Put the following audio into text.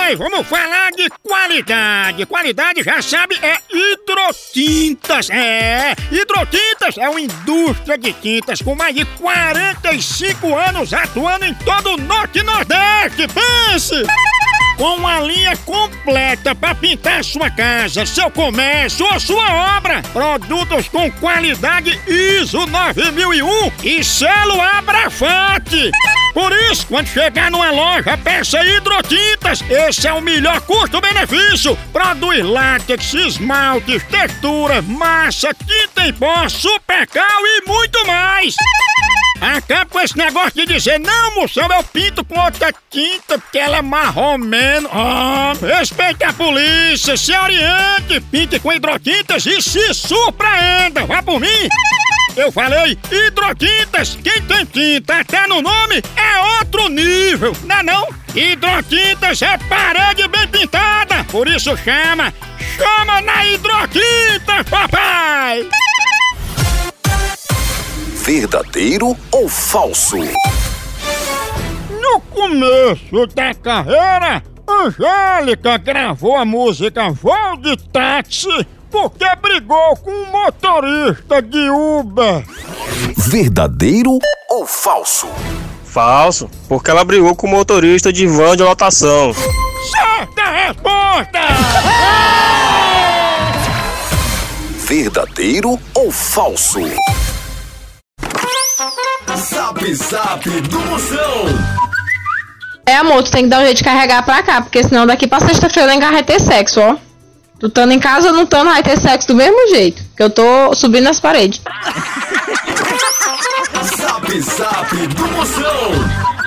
aí, vamos falar de qualidade. Qualidade, já sabe, é Hidrotintas. Hidrotintas é uma indústria de tintas com mais de 45 anos atuando em todo o Norte e Nordeste. Pense! Com uma linha completa para pintar sua casa, seu comércio ou sua obra. Produtos com qualidade ISO 9001 e selo Abrafate. Por isso, quando chegar numa loja, peça Hidrotintas. Esse é o melhor custo-benefício. Produz látex, esmaltes, textura, massa, tinta em pó, supercal e muito mais. Acaba com esse negócio de dizer, não, moção, eu pinto com outra tinta porque ela é marromeno. Respeite a polícia, se oriente, pinte com Hidrotintas e se surpreenda. Vá por mim. Eu falei Hidrotintas. Quem tem tinta até no nome é outro nível, não é não? Hidrotintas é parede bem pintada. Por isso chama na Hidrotintas, papai! Verdadeiro ou falso? No começo da carreira, Angélica gravou a música Voo de Táxi porque brigou com um motorista de Uber. Verdadeiro ou falso? Falso, porque ela brigou com o motorista de van de lotação. Certa resposta! Verdadeiro ou falso? Zap Zap do Moção. Amor, tu tem que dar um jeito de carregar pra cá, porque senão daqui pra sexta-feira eu vai ter sexo, ó. Tu estando em casa ou não estando, vai ter sexo do mesmo jeito, que eu tô subindo as paredes. Zap Zap do Moção.